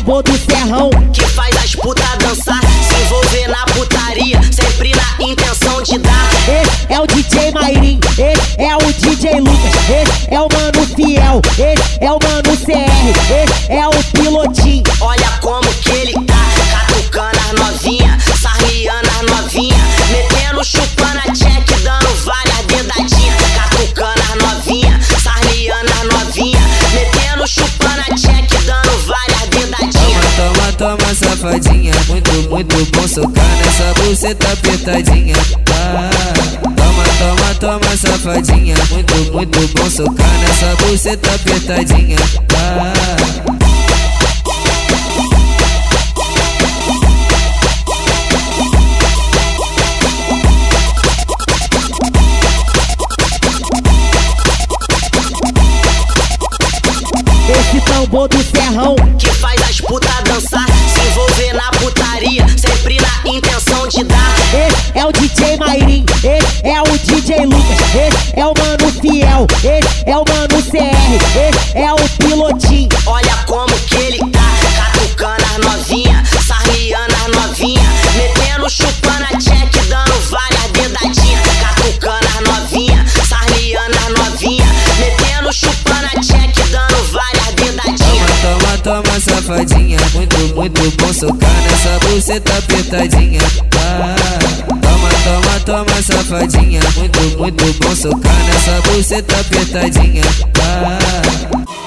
tambor do serrão que faz as putas dançar, se envolver na putaria, sempre na intenção de dar. Esse é o DJ Mairim, esse é o DJ Lucas, esse é o mano fiel, esse é o mano CR, esse é o pilotinho. Olha como que ele tá, catucando as novinha, sarmiando as novinha, metendo, chupando a check, dando várias dedadinhas. Catucando as novinha, sarmiando as novinha, metendo, chupando a check, dando várias dedadinhas. Toma, toma, safadinha, muito bom socar nessa buceta apertadinha. Toma, toma, toma, safadinha, muito bom socar nessa buceta apertadinha. Esse tambor do serrão que faz as putas dançar, se envolver na putaria, sempre na intenção de dar. Esse é o DJ Mairim, esse é o DJ Lucas, esse é o mano fiel, esse é o mano CR, esse é o pilotinho. Olha como que ele tá, catucando as novinha, sarmiando as novinha, metendo, chupando a check, dando várias dedadinhas. Catucando as novinha, sarmiando as novinha, metendo, chupando a check, dando várias dedadinhas. Toma, toma, safadinha, muito bom socar nessa buceta apertadinha. Toma, toma, toma, safadinha, muito bom socar nessa buceta apertadinha.